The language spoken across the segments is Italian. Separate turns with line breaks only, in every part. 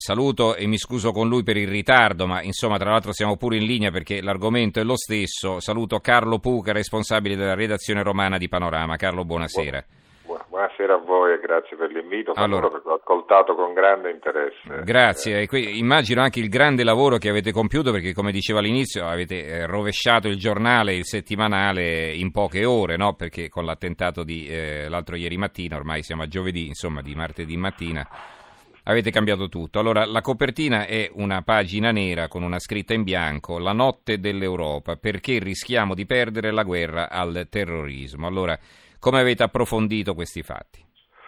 Saluto e mi scuso con lui per il ritardo, ma insomma tra l'altro siamo pure in linea perché l'argomento è lo stesso. Saluto Carlo Puca, responsabile della redazione romana di Panorama. Carlo, buonasera.
Buonasera a voi e grazie per l'invito.
Allora,
perché l'ho ascoltato con grande interesse.
Grazie, immagino anche il grande lavoro che avete compiuto perché come dicevo all'inizio avete rovesciato il giornale, il settimanale in poche ore, no? Perché con l'attentato di l'altro ieri mattina, ormai siamo a giovedì, insomma di martedì mattina, avete cambiato tutto. Allora, la copertina è una pagina nera con una scritta in bianco: La notte dell'Europa, perché rischiamo di perdere la guerra al terrorismo. Allora, come avete approfondito questi fatti?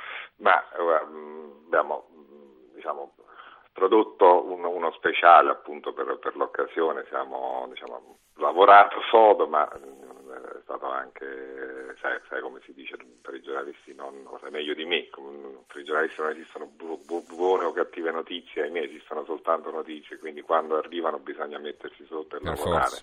Abbiamo prodotto uno speciale appunto per l'occasione, siamo lavorato sodo, ma è stato anche, sai come si dice per i giornalisti, non lo sai meglio di me, per i giornalisti non esistono buone o cattive notizie, ahimè esistono soltanto notizie, quindi quando arrivano bisogna mettersi sotto e lavorare.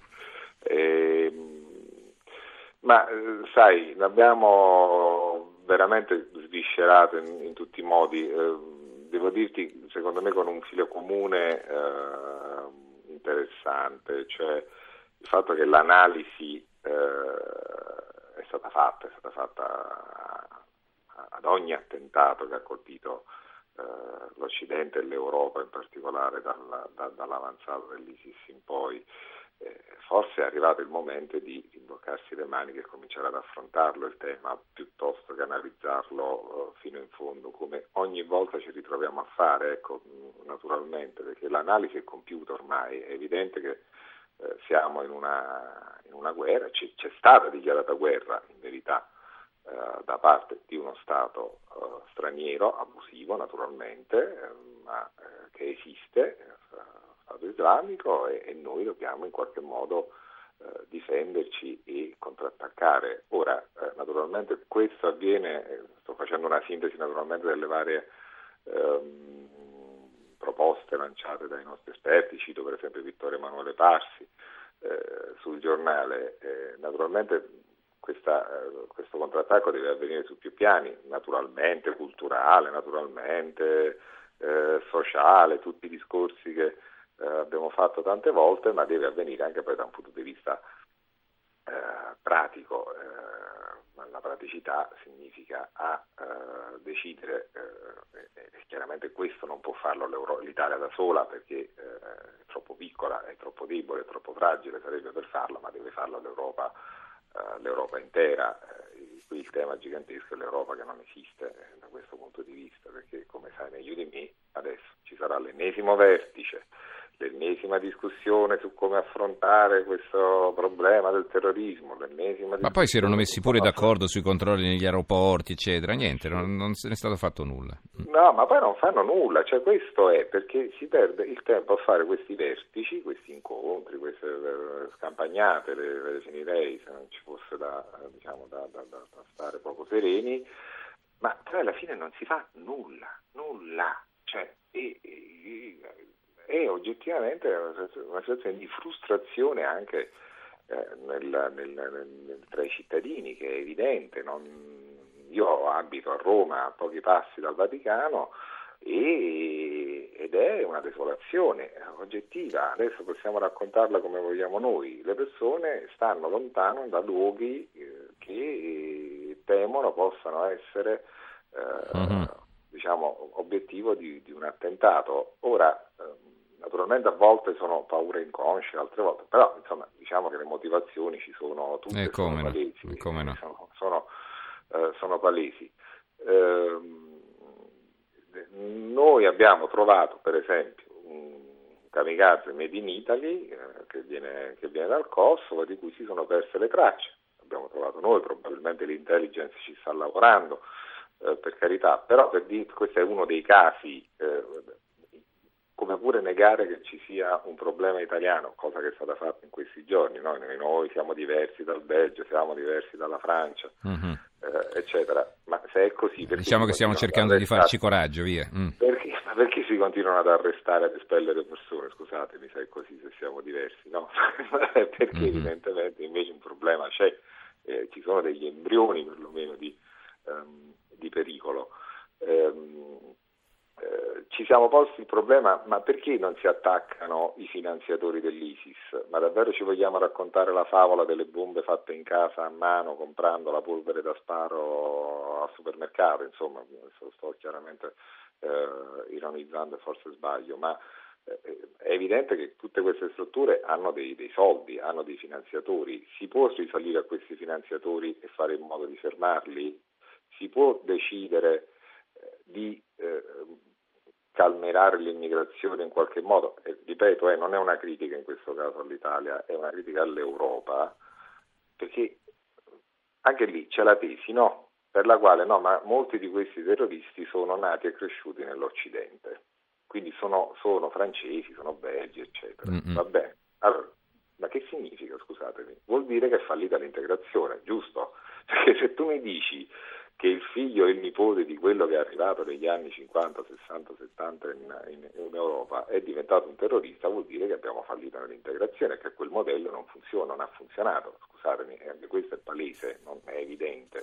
Sai, l'abbiamo veramente sviscerato in tutti i modi, devo dirti secondo me con un filo comune interessante, cioè il fatto che l'analisi è stata fatta ad ogni attentato che ha colpito l'Occidente e l'Europa in particolare dall'avanzata dell'ISIS in poi. Forse è arrivato il momento di rimboccarsi le maniche e cominciare ad affrontarlo il tema piuttosto che analizzarlo fino in fondo, come ogni volta ci ritroviamo a fare, ecco, naturalmente, perché l'analisi è compiuta ormai, è evidente che siamo in una guerra, c'è stata dichiarata guerra in verità da parte di uno Stato straniero, abusivo naturalmente, ma che esiste, Stato islamico, e noi dobbiamo in qualche modo difenderci e contrattaccare. Ora, naturalmente questo avviene, sto facendo una sintesi naturalmente delle varie proposte lanciate dai nostri esperti, cito per esempio Vittorio Emanuele Parsi sul giornale. Naturalmente questo contrattacco deve avvenire su più piani, naturalmente culturale, naturalmente sociale, tutti i discorsi che abbiamo fatto tante volte, ma deve avvenire anche poi da un punto di vista pratico. La praticità significa decidere, chiaramente questo non può farlo l'Italia da sola perché è troppo piccola, è troppo debole, è troppo fragile sarebbe per farlo, ma deve farlo l'Europa intera. Qui il tema gigantesco è l'Europa che non esiste da questo punto di vista, perché come sai meglio di me adesso ci sarà l'ennesimo vertice, l'ennesima discussione su come affrontare questo problema del terrorismo,
ma poi si erano messi pure d'accordo sui controlli negli aeroporti eccetera, niente, non se n'è stato fatto nulla.
No, ma poi non fanno nulla, cioè questo è perché si perde il tempo a fare questi vertici, questi incontri, queste scampagnate, le definirei, se non ci fosse da stare poco sereni, ma poi alla fine non si fa nulla, cioè è oggettivamente una situazione di frustrazione anche tra i cittadini, che è evidente. Io abito a Roma, a pochi passi dal Vaticano, ed è una desolazione oggettiva. Adesso possiamo raccontarla come vogliamo noi. Le persone stanno lontano da luoghi che temono possano essere obiettivo di un attentato. Ora, naturalmente a volte sono paure inconsce, altre volte, però insomma diciamo che le motivazioni ci sono tutte, sono palesi.
Come no?
Sono palesi. Noi abbiamo trovato per esempio un kamikaze made in Italy che viene dal Kosovo, di cui si sono perse le tracce. Abbiamo trovato noi, probabilmente l'intelligence ci sta lavorando, per carità, però questo è uno dei casi, come pure negare che ci sia un problema italiano, cosa che è stata fatta in questi giorni. Noi siamo diversi dal Belgio, siamo diversi dalla Francia, eccetera. Ma se è così,
diciamo che stiamo cercando di farci coraggio, via.
Perché si continuano ad arrestare, ad espellere persone? Scusatemi, se è così, se siamo diversi, no? Perché evidentemente invece un problema c'è, ci sono degli embrioni perlomeno di pericolo. ci siamo posti il problema, ma perché non si attaccano i finanziatori dell'ISIS? Ma davvero ci vogliamo raccontare la favola delle bombe fatte in casa a mano comprando la polvere da sparo al supermercato? Insomma, sto chiaramente ironizzando e forse sbaglio, ma è evidente che tutte queste strutture hanno dei soldi, hanno dei finanziatori. Si può risalire a questi finanziatori e fare in modo di fermarli? Si può decidere di calmierare l'immigrazione in qualche modo? Ripeto, non è una critica in questo caso all'Italia, è una critica all'Europa, perché anche lì c'è la tesi, no? Per la quale ma molti di questi terroristi sono nati e cresciuti nell'Occidente, quindi sono francesi, sono belgi, eccetera. Va bene. Allora, ma che significa, scusatemi? Vuol dire che è fallita l'integrazione, giusto? Perché se tu mi dici che il figlio e il nipote di quello che è arrivato negli anni 50, 60, 70 in Europa è diventato un terrorista, vuol dire che abbiamo fallito nell'integrazione, che quel modello non funziona, non ha funzionato. Scusatemi, questo è palese, non è evidente.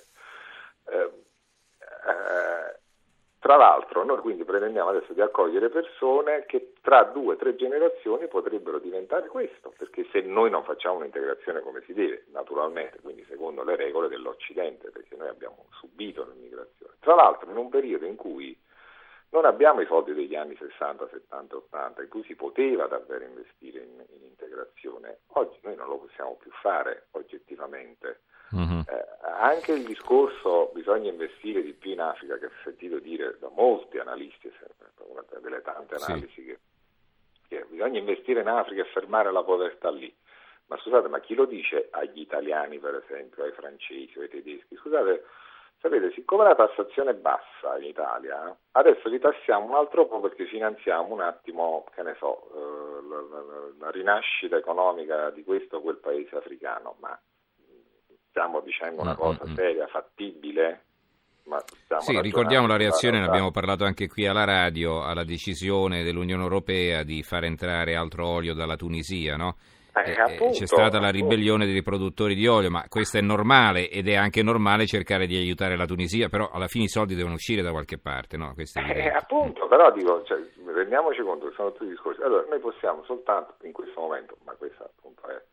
Tra l'altro noi quindi pretendiamo adesso di accogliere persone che tra 2 o 3 generazioni potrebbero diventare questo, perché se noi non facciamo un'integrazione come si deve, naturalmente, quindi secondo le regole dell'Occidente, perché noi abbiamo subito l'immigrazione, tra l'altro in un periodo in cui non abbiamo i soldi degli anni 60, 70, 80, in cui si poteva davvero investire in integrazione, oggi noi non lo possiamo più fare oggettivamente. Anche il discorso bisogna investire di più in Africa, che ho sentito dire da molti analisti, una delle tante analisi, che bisogna investire in Africa e fermare la povertà lì. Ma scusate, ma chi lo dice agli italiani, per esempio, ai francesi o ai tedeschi? Scusate, sapete, siccome la tassazione è bassa in Italia, adesso li tassiamo un altro po' perché finanziamo un attimo, che ne so, la rinascita economica di questo o quel paese africano, ma stiamo dicendo una cosa seria, fattibile? Ma
sì, ricordiamo la reazione, ne abbiamo parlato anche qui alla radio, alla decisione dell'Unione Europea di far entrare altro olio dalla Tunisia, no? C'è stata la ribellione dei produttori di olio, ma questo è normale ed è anche normale cercare di aiutare la Tunisia, però alla fine i soldi devono uscire da qualche parte, no? Questo è
appunto, però dico, rendiamoci conto che sono tutti discorsi. Allora, noi possiamo soltanto in questo momento, ma questa appunto è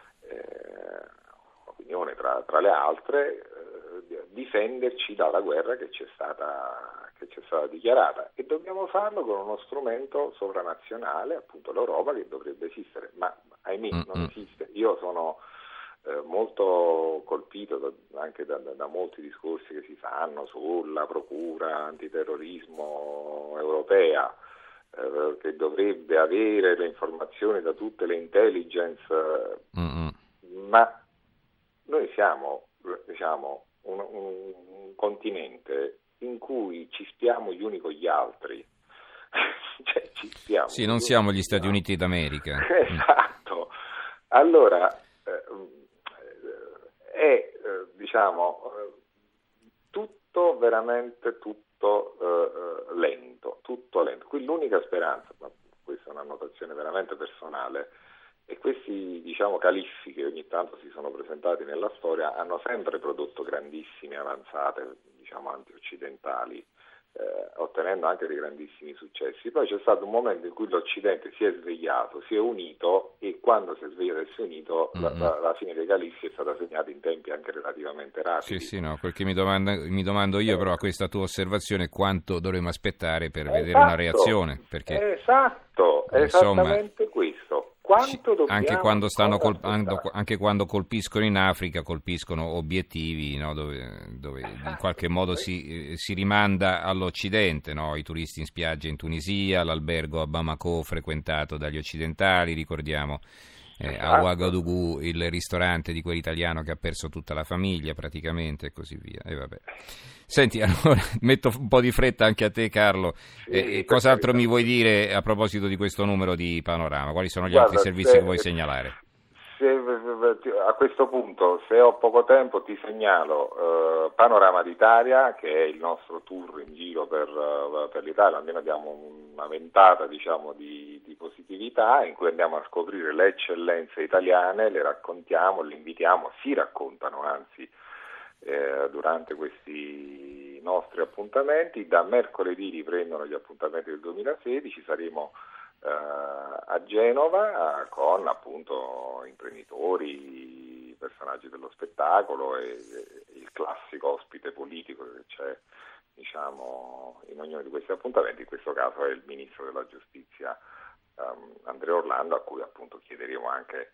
opinione tra le altre, difenderci dalla guerra che c'è stata dichiarata, e dobbiamo farlo con uno strumento sovranazionale, appunto l'Europa, che dovrebbe esistere, ma ahimè non esiste. Io sono molto colpito anche da molti discorsi che si fanno sulla procura antiterrorismo europea, che dovrebbe avere le informazioni da tutte le intelligence, ma noi siamo, diciamo, un continente in cui ci spiamo gli uni con gli altri. Ci spiamo.
Sì, non siamo gli Stati Uniti d'America.
Esatto. Allora, è tutto veramente lento, tutto lento. Qui l'unica speranza, ma questa è una notazione veramente personale, e questi califfi che ogni tanto si sono presentati nella storia hanno sempre prodotto grandissime avanzate anti-occidentali, ottenendo anche dei grandissimi successi. Poi c'è stato un momento in cui l'Occidente si è svegliato, si è unito, e quando si è svegliato e si è unito la fine dei califfi è stata segnata in tempi anche relativamente rapidi.
Sì, no, quel che mi domando io però a questa tua osservazione è quando dovremo aspettare per vedere una reazione, perché
esatto, esattamente questo.
Anche quando colpiscono in Africa, colpiscono obiettivi, no, dove in qualche modo si rimanda all'Occidente, no? I turisti in spiaggia in Tunisia, l'albergo a Bamako frequentato dagli occidentali, ricordiamo a Ouagadougou il ristorante di quell'italiano che ha perso tutta la famiglia praticamente, e così via. E vabbè. Senti, allora metto un po' di fretta anche a te, Carlo. Cos'altro mi vuoi dire a proposito di questo numero di Panorama? Quali sono gli altri servizi che vuoi segnalare?
A questo punto, se ho poco tempo, ti segnalo Panorama d'Italia, che è il nostro tour in giro per l'Italia. Almeno abbiamo una ventata di positività, in cui andiamo a scoprire le eccellenze italiane, le raccontiamo, le invitiamo, si raccontano anzi durante questi i nostri appuntamenti. Da mercoledì riprendono gli appuntamenti del 2016, saremo a Genova con appunto imprenditori, personaggi dello spettacolo e il classico ospite politico che c'è, diciamo, in ognuno di questi appuntamenti. In questo caso è il ministro della giustizia Andrea Orlando, a cui appunto chiederemo anche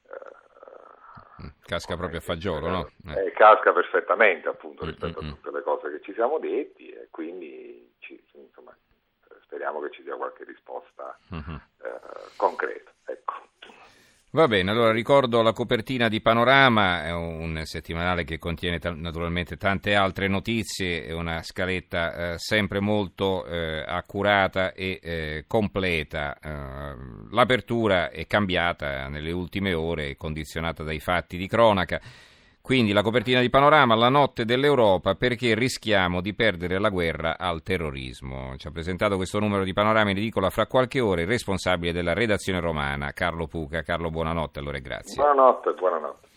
casca proprio a fagiolo, no?
Casca perfettamente appunto rispetto a tutte le cose che ci siamo detti, e quindi insomma, speriamo che ci sia qualche risposta concreta. Ecco.
Va bene, allora ricordo la copertina di Panorama, è un settimanale che contiene naturalmente tante altre notizie, è una scaletta sempre molto accurata e completa. L'apertura è cambiata nelle ultime ore, condizionata dai fatti di cronaca. Quindi la copertina di Panorama, la notte dell'Europa, perché rischiamo di perdere la guerra al terrorismo. Ci ha presentato questo numero di Panorama in edicola fra qualche ora il responsabile della redazione romana, Carlo Puca. Carlo, buonanotte allora e grazie.
Buonanotte.